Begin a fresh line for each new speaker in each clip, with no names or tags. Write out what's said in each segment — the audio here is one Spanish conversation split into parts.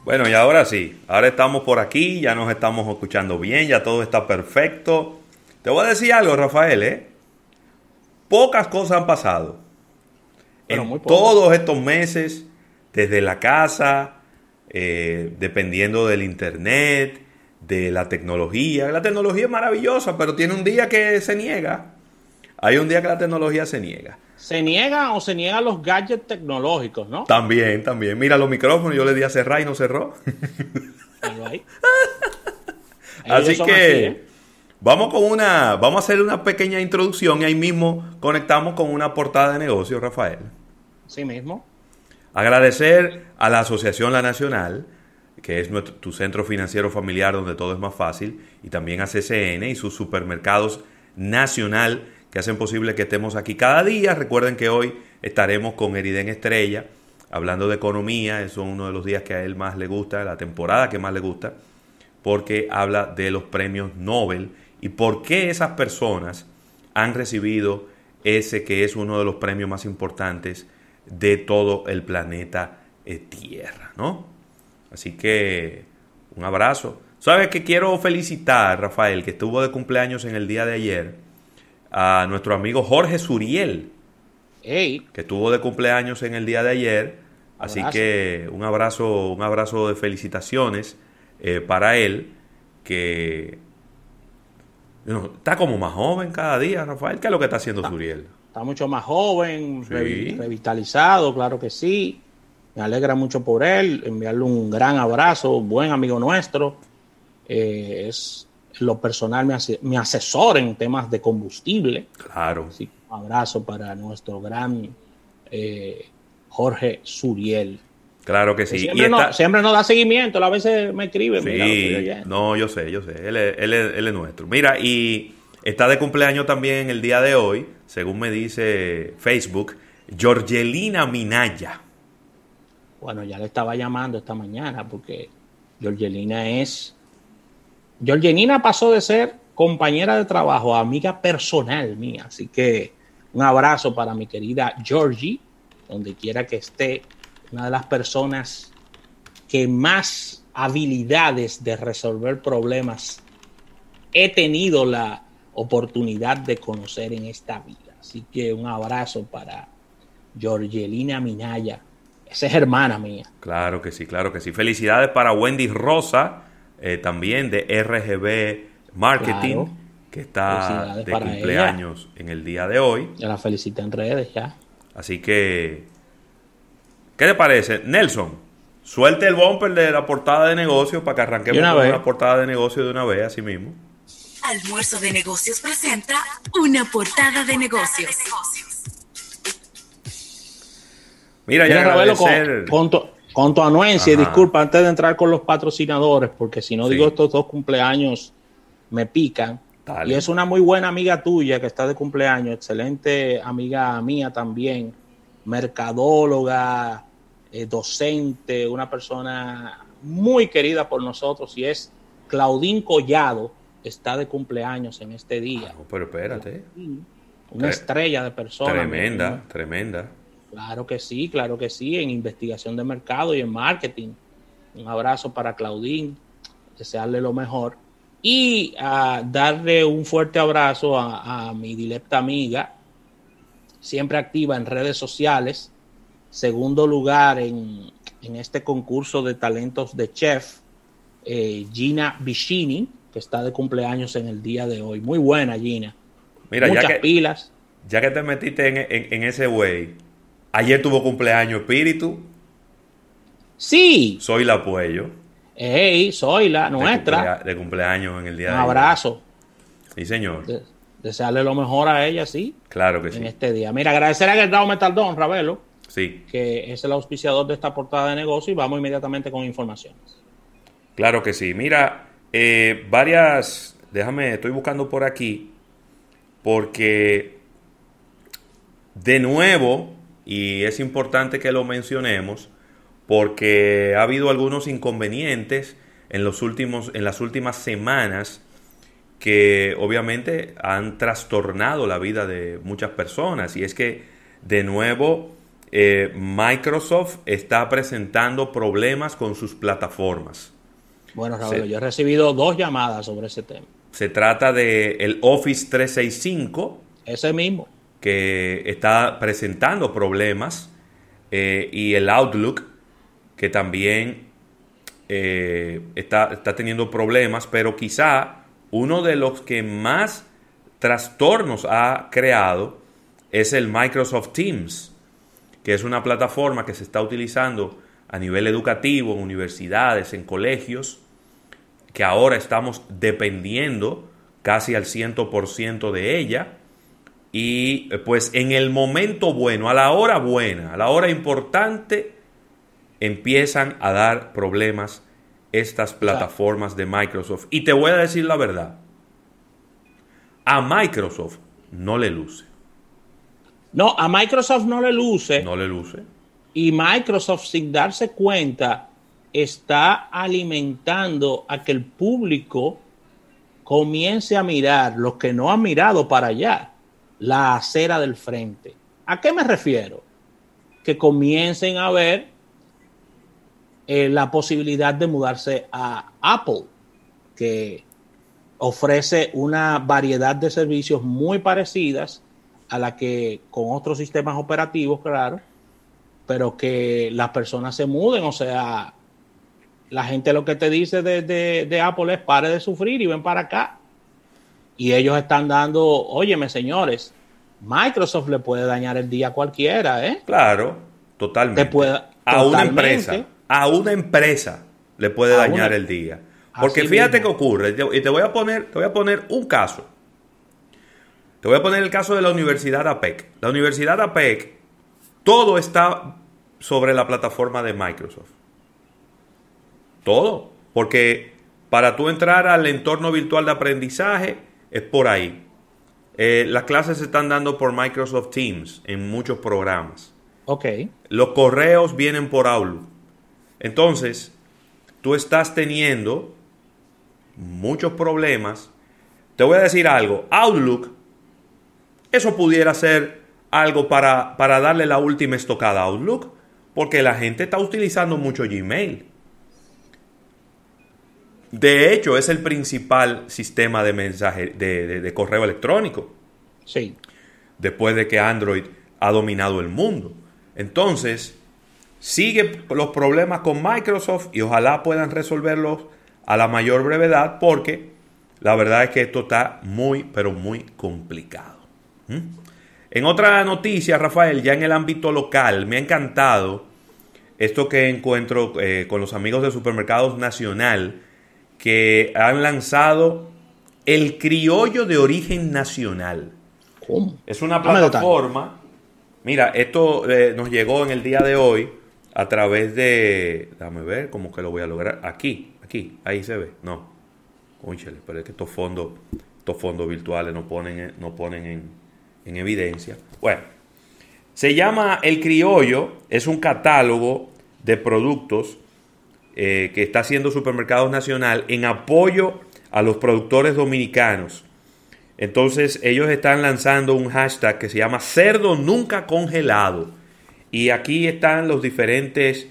Bueno, y ahora sí, ahora estamos por aquí, ya nos estamos escuchando bien, ya todo está perfecto. Te voy a decir algo, Rafael, ¿eh? Pocas cosas han pasado
Pero
en
muy poco.
todos estos meses, desde la casa, dependiendo del internet, de la tecnología. La tecnología es maravillosa, pero tiene un día que se niega. Hay un día que la tecnología se niega.
Se niegan o se niegan los gadgets tecnológicos, ¿no?
También, también. Mira los micrófonos, yo le di a cerrar y no cerró.
Pero ahí, ellos
Así
son así, ¿eh?
que vamos a hacer una pequeña introducción y ahí mismo conectamos con una portada de negocio, Rafael.
Sí mismo.
Agradecer a la Asociación La Nacional, que es tu centro financiero familiar donde todo es más fácil, y también a CCN y sus supermercados nacional que hacen posible que estemos aquí cada día. Recuerden que hoy estaremos con Eriden Estrella hablando de economía. Eso es uno de los días que a él más le gusta, la temporada que más le gusta, porque habla de los premios Nobel y por qué esas personas han recibido ese que es uno de los premios más importantes de todo el planeta Tierra, ¿no? Así que un abrazo. ¿Sabes que quiero felicitar, Rafael, que estuvo de cumpleaños en el día de ayer, a nuestro amigo Jorge Suriel,
Ey,
que estuvo de cumpleaños en el día de ayer? Así
abrazo.
que un abrazo de felicitaciones para él, que está como más joven cada día, Rafael. ¿Qué es lo que está haciendo
Está,
Suriel?
está mucho más joven,
Sí,
revitalizado, claro que sí. Me alegra mucho por él. Enviarle un gran abrazo, buen amigo nuestro. Es en lo personal mi asesor en temas de combustible.
claro,
Así que un abrazo para nuestro gran Jorge Suriel.
claro que
Que
sí. Y está,
siempre nos da seguimiento, a veces me escribe, mira, lo estoy
sí,
oyendo.
no, yo sé, él es nuestro. Mira, y está de cumpleaños también en el día de hoy, según me dice Facebook, Georgelina Minaya.
Bueno, ya le estaba llamando esta mañana porque Georgelina es... Georgelina pasó de ser compañera de trabajo a amiga personal mía, así que un abrazo para mi querida Georgie, donde quiera que esté, una de las personas que más habilidades de resolver problemas he tenido la oportunidad de conocer en esta vida. Así que un abrazo para Georgelina Minaya. Esa es hermana mía.
Claro que sí, claro que sí. Felicidades para Wendy Rosa, también de RGB Marketing,
Claro.
que está
Felicidades
de
para ella.
cumpleaños en el día de hoy.
Ya la felicité en redes ya.
Así que, ¿qué te parece? Nelson, suelte el bumper de la portada de negocio para que
Y
arranquemos
una
con
vez,
una portada de negocio de una vez, así mismo.
Almuerzo de Negocios presenta una portada de negocios.
Mira, y
mira, Ravelo,
agradecer.
con tu anuencia, y
Ajá,
disculpa, antes de entrar con los patrocinadores, porque si no digo
sí,
estos dos cumpleaños me pican. Y
dale.
es una muy buena amiga tuya que está de cumpleaños, excelente amiga mía también, mercadóloga, docente, una persona muy querida por nosotros, y es Claudine Collado, está de cumpleaños en este
Ah,
día.
no, pero espérate.
Claudine, una
Tre-
estrella de persona,
tremenda, tremenda.
claro que sí, en investigación de mercado y en marketing. Un abrazo para Claudine, desearle lo mejor y darle un fuerte abrazo a mi dilecta amiga, siempre activa en redes sociales, segundo lugar en este concurso de talentos de chef, Gina Vicini, que está de cumpleaños en el día de hoy. Muy buena, Gina.
Mira,
Muchas pilas.
ya que te metiste en ese güey, ayer tuvo cumpleaños Espíritu,
Sí,
soy la Puello,
hey, soy la nuestra.
de cumpleaños en el
Un
día de ayer.
abrazo.
Sí, señor.
Desearle lo mejor a ella, sí,
Claro que
en
sí.
este día. Mira, agradecer a Gerdao Metaldón, Ravelo,
Sí,
que es el auspiciador de esta portada de negocio, y vamos inmediatamente con informaciones.
claro que sí. Mira, déjame, estoy buscando por aquí, porque de nuevo, y es importante que lo mencionemos, porque ha habido algunos inconvenientes en las últimas semanas que obviamente han trastornado la vida de muchas personas. Y es que, de nuevo, Microsoft está presentando problemas con sus plataformas.
Bueno, Raúl, yo he recibido 2 llamadas sobre ese tema.
Se trata de el Office 365.
Ese mismo.
Que está presentando problemas, y el Outlook, que también está teniendo problemas, pero quizá uno de los que más trastornos ha creado es el Microsoft Teams, que es una plataforma que se está utilizando a nivel educativo, en universidades, en colegios, que ahora estamos dependiendo casi al 100% de ella. Y pues en el momento bueno, a la hora buena, a la hora importante, empiezan a dar problemas estas plataformas de Microsoft. Y te voy a decir la verdad, a Microsoft no le luce.
No, a Microsoft no le luce.
No le luce.
Y Microsoft, sin darse cuenta, está alimentando a que el público comience a mirar, los que no han mirado para allá, la acera del frente. ¿A qué me refiero? Que comiencen a ver la posibilidad de mudarse a Apple, que ofrece una variedad de servicios muy parecidas a la que con otros sistemas operativos, claro, pero que las personas se muden. O sea, la gente lo que te dice de Apple es: pare de sufrir y ven para acá. Y ellos están dando, óyeme, señores, Microsoft le puede dañar el día a cualquiera, ¿eh?
Claro, totalmente. A una empresa le puede dañar el día. Porque fíjate qué ocurre, y te voy a poner un caso. Te voy a poner el caso de la Universidad APEC. La Universidad APEC, todo está sobre la plataforma de Microsoft. Todo. Porque para tú entrar al entorno virtual de aprendizaje, es por ahí. Las clases se están dando por Microsoft Teams en muchos programas.
Ok.
Los correos vienen por Outlook. Entonces, tú estás teniendo muchos problemas. Te voy a decir algo. Outlook, eso pudiera ser algo para darle la última estocada a Outlook, porque la gente está utilizando mucho Gmail. De hecho, es el principal sistema de mensaje de correo electrónico.
Sí.
Después de que Android ha dominado el mundo. Entonces, sigue los problemas con Microsoft y ojalá puedan resolverlos a la mayor brevedad, porque la verdad es que esto está muy, pero muy complicado. En otra noticia, Rafael, ya en el ámbito local, me ha encantado esto que encuentro con los amigos de Supermercados Nacional, que han lanzado el criollo de origen nacional.
¿Cómo?
Es una plataforma. Mira, esto nos llegó en el día de hoy a través de... Déjame ver cómo que lo voy a lograr. Aquí, ahí se ve. No. Cónchale, pero es que estos fondos virtuales no ponen en evidencia. Bueno, se llama El Criollo. Es un catálogo de productos que está haciendo Supermercados Nacional en apoyo a los productores dominicanos. Entonces ellos están lanzando un hashtag que se llama Cerdo Nunca Congelado. Y aquí están los diferentes...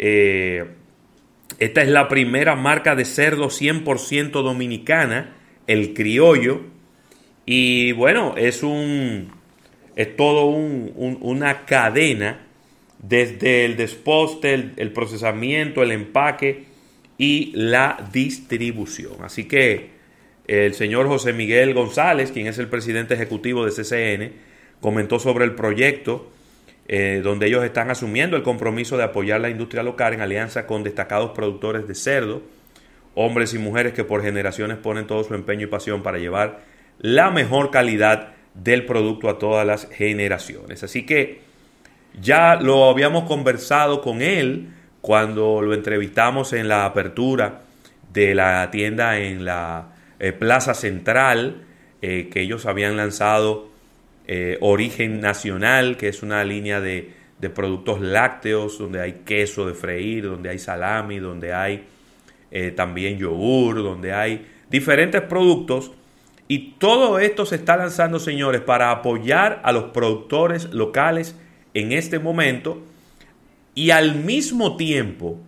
esta es la primera marca de cerdo 100% dominicana, El Criollo. Y bueno, es todo una cadena, desde el desposte, el procesamiento, el empaque y la distribución. Así que el señor José Miguel González, quien es el presidente ejecutivo de CCN, comentó sobre el proyecto donde ellos están asumiendo el compromiso de apoyar la industria local en alianza con destacados productores de cerdo, hombres y mujeres que por generaciones ponen todo su empeño y pasión para llevar la mejor calidad del producto a todas las generaciones. Así que ya lo habíamos conversado con él cuando lo entrevistamos en la apertura de la tienda en la Plaza Central, que ellos habían lanzado Origen Nacional, que es una línea de productos lácteos, donde hay queso de freír, donde hay salami, donde hay también yogur, donde hay diferentes productos. Y todo esto se está lanzando, señores, para apoyar a los productores locales en este momento y al mismo tiempo,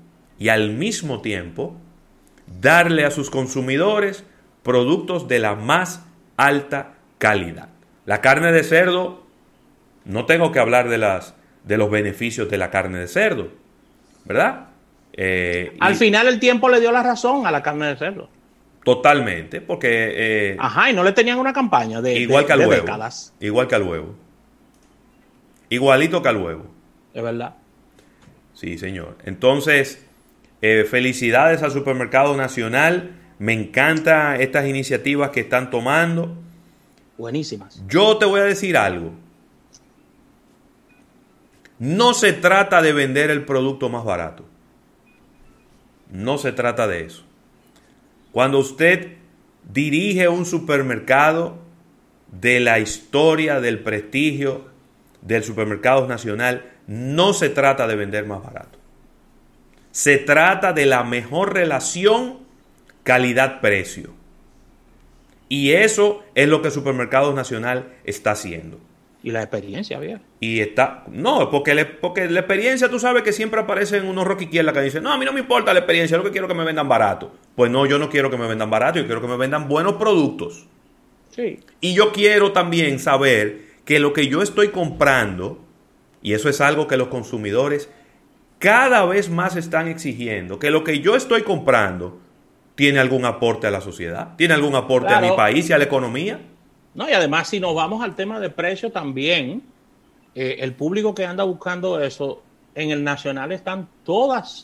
darle a sus consumidores productos de la más alta calidad. La carne de cerdo, no tengo que hablar de los beneficios de la carne de cerdo, ¿verdad?
Al final el tiempo le dio la razón a la carne de cerdo.
Totalmente, porque...
y no le tenían una campaña de décadas.
Igual que al huevo. Igualito que al huevo.
Es verdad.
Sí, señor. Entonces, felicidades al Supermercado Nacional. Me encantan estas iniciativas que están tomando.
Buenísimas.
Yo te voy a decir algo. No se trata de vender el producto más barato. No se trata de eso. Cuando usted dirige un supermercado, de la historia, del prestigio del Supermercado Nacional, no se trata de vender más barato. Se trata de la mejor relación calidad-precio. Y eso es lo que el Supermercado Nacional está haciendo.
Y la experiencia, bien.
Porque la experiencia, tú sabes que siempre aparecen unos roquiquielas que dicen, no, a mí no me importa la experiencia, yo lo que quiero es que me vendan barato. Pues no, yo no quiero que me vendan barato, yo quiero que me vendan buenos productos.
Sí.
Y yo quiero también saber que lo que yo estoy comprando, y eso es algo que los consumidores cada vez más están exigiendo, que lo que yo estoy comprando tiene algún aporte a la sociedad, tiene algún aporte a mi país y a la economía.
No, y además, si nos vamos al tema de precio también, el público que anda buscando eso, en el Nacional están todas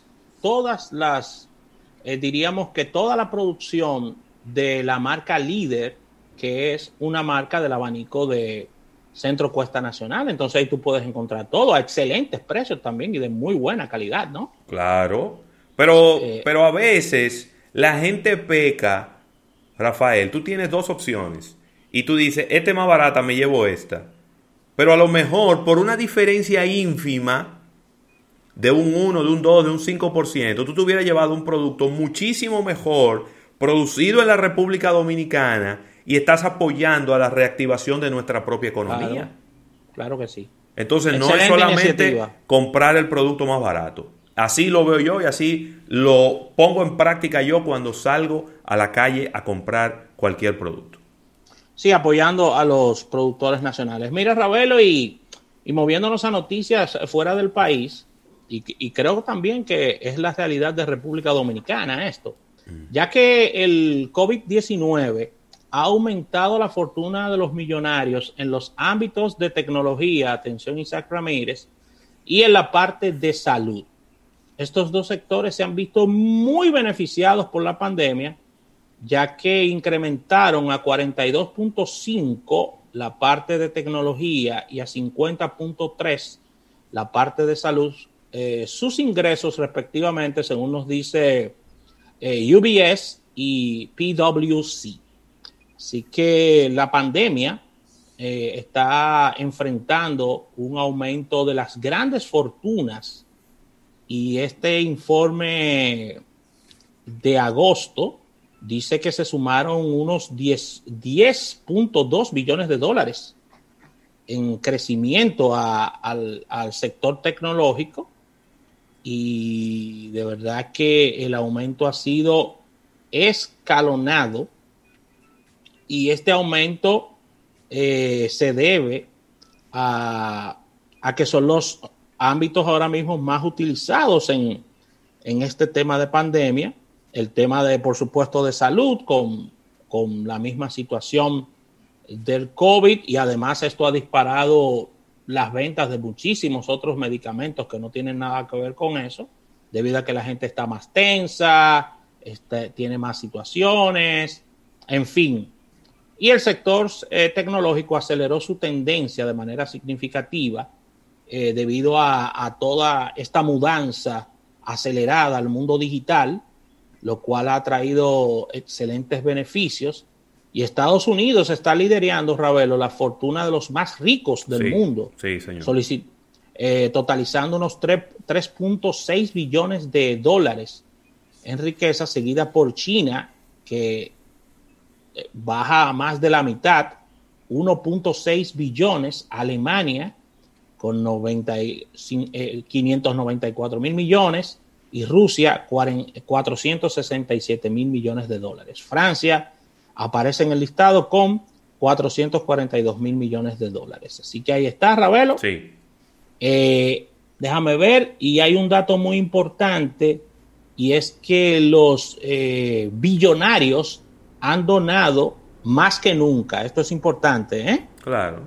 las, diríamos que toda la producción de la marca Líder, que es una marca del abanico de Centro Cuesta Nacional. Entonces ahí tú puedes encontrar todo a excelentes precios también y de muy buena calidad, ¿no?
Claro, pero a veces la gente peca, Rafael. Tú tienes dos opciones y tú dices, esta es más barata, me llevo esta. Pero a lo mejor por una diferencia ínfima de un 1, de un 2, de un 5%, tú te hubieras llevado un producto muchísimo mejor, producido en la República Dominicana, y estás apoyando a la reactivación de nuestra propia economía.
Claro que sí.
Entonces
Excelente
no es solamente
iniciativa.
comprar el producto más barato. Así lo veo yo y así lo pongo en práctica yo cuando salgo a la calle a comprar cualquier producto.
Sí, apoyando a los productores nacionales. Mira, Ravelo, y moviéndonos a noticias fuera del país, y creo también que es la realidad de República Dominicana esto, ya que el COVID-19 ha aumentado la fortuna de los millonarios en los ámbitos de tecnología, atención Isaac Ramírez, y en la parte de salud. Estos dos sectores se han visto muy beneficiados por la pandemia, ya que incrementaron a 42.5 la parte de tecnología y a 50.3 la parte de salud, sus ingresos respectivamente, según nos dice UBS y PwC. Así que la pandemia está enfrentando un aumento de las grandes fortunas, y este informe de agosto dice que se sumaron unos 10.2 billones de dólares en crecimiento al sector tecnológico, y de verdad que el aumento ha sido escalonado, y este aumento se debe a que son los ámbitos ahora mismo más utilizados en este tema de pandemia. El tema de, por supuesto, de salud con la misma situación del COVID, y además esto ha disparado las ventas de muchísimos otros medicamentos que no tienen nada que ver con eso, debido a que la gente está más tensa, tiene más situaciones, en fin. Y el sector tecnológico aceleró su tendencia de manera significativa debido a toda esta mudanza acelerada al mundo digital, lo cual ha traído excelentes beneficios. Y Estados Unidos está liderando, Ravelo, la fortuna de los más ricos del mundo.
Sí, señor.
Totalizando unos 3.6 billones de dólares en riqueza, seguida por China, que baja a más de la mitad, 1.6 billones, Alemania, con 594 mil millones, y Rusia 467 mil millones de dólares. Francia aparece en el listado con 442 mil millones de dólares. Así que ahí está, Ravelo.
Sí.
Déjame ver, y hay un dato muy importante, y es que los billonarios han donado más que nunca. Esto es importante, ¿eh?
Claro.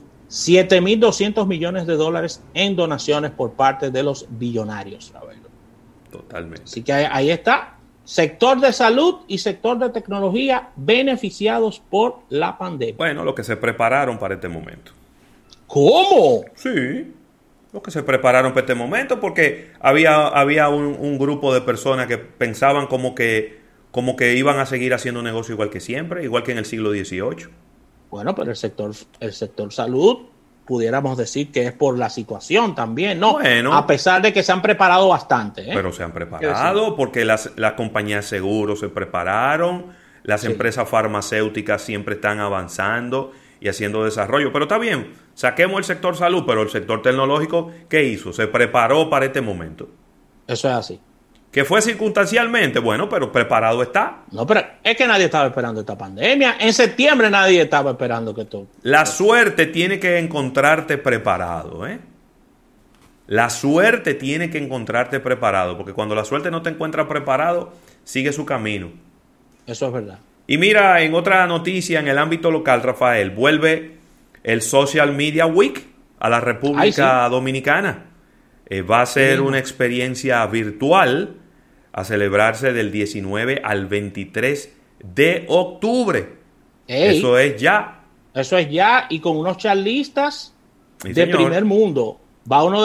7.200 millones de dólares en donaciones por parte de los billonarios, Ravelo.
Totalmente.
Así que ahí está. Sector de salud y sector de tecnología beneficiados por la pandemia.
Bueno, los que se prepararon para este momento.
¿Cómo?
Sí, los que se prepararon para este momento, porque había un grupo de personas que pensaban como que iban a seguir haciendo negocio igual que siempre, igual que en el siglo XVIII.
Bueno, pero el sector salud, pudiéramos decir que es por la situación también, ¿no?
Bueno,
a pesar de que se han preparado bastante, ¿eh?
Pero se han preparado porque las compañías de seguros se prepararon, las empresas farmacéuticas siempre están avanzando y haciendo desarrollo. Pero está bien, saquemos el sector salud, pero el sector tecnológico, ¿qué hizo? Se preparó para este momento.
Eso es así.
¿Que fue circunstancialmente? Bueno, pero preparado está.
No, pero es que nadie estaba esperando esta pandemia. En septiembre nadie estaba esperando que esto...
La suerte tiene que encontrarte preparado, ¿eh? La suerte tiene que encontrarte preparado, porque cuando la suerte no te encuentra preparado, sigue su camino.
Eso es verdad.
Y mira, en otra noticia, en el ámbito local, Rafael, vuelve el Social Media Week a la República Dominicana. Va a ser una experiencia virtual a celebrarse del 19 al 23 de octubre. Eso es ya.
Eso es ya, y con unos charlistas
Sí,
de
señor.
primer mundo. Va uno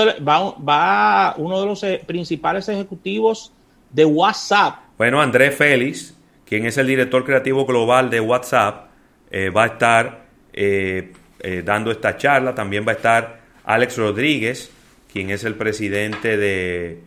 de los principales ejecutivos de WhatsApp.
Bueno, Andrés Félix, quien es el director creativo global de WhatsApp, va a estar dando esta charla. También va a estar Alex Rodríguez, quien es el presidente de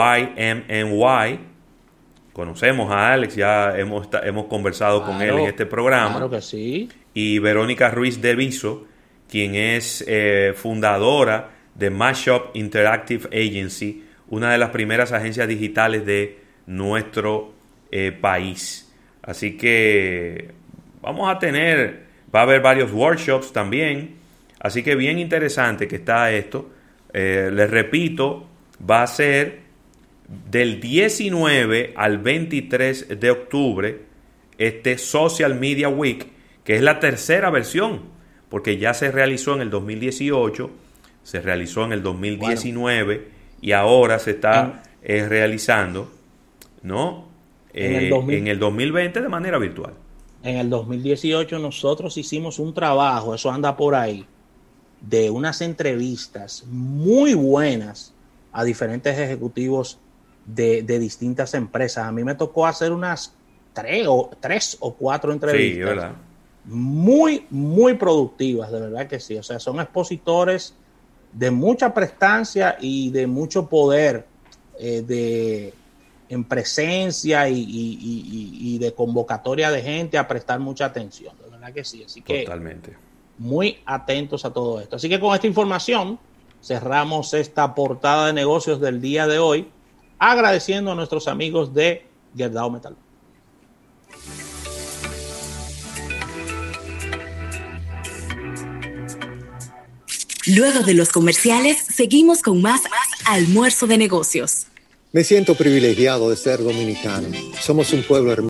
YMNY. Conocemos a Alex, ya hemos conversado con él en este programa.
Claro que sí.
Y Verónica Ruiz de Viso, quien es fundadora de Mashup Interactive Agency, una de las primeras agencias digitales de nuestro país. Así que va a haber varios workshops también. Así que bien interesante que está esto. Les repito, va a ser del 19 al 23 de octubre este Social Media Week, que es la tercera versión, porque ya se realizó en el 2018, se realizó en el 2019 y ahora se está realizando, ¿no? En el 2020 de manera virtual.
En el 2018 nosotros hicimos un trabajo, eso anda por ahí, de unas entrevistas muy buenas a diferentes ejecutivos de distintas empresas. A mí me tocó hacer unas 3 o 4 entrevistas.
Sí, verdad.
Muy, muy productivas, de verdad que sí. O sea, son expositores de mucha prestancia y de mucho poder en presencia y de convocatoria de gente a prestar mucha atención. De verdad que sí. Así que
totalmente.
Muy atentos a todo esto. Así que con esta información cerramos esta portada de negocios del día de hoy, agradeciendo a nuestros amigos de Gerdau Metal.
Luego de los comerciales, seguimos con más Almuerzo de Negocios.
Me siento privilegiado de ser dominicano. Somos un pueblo hermano.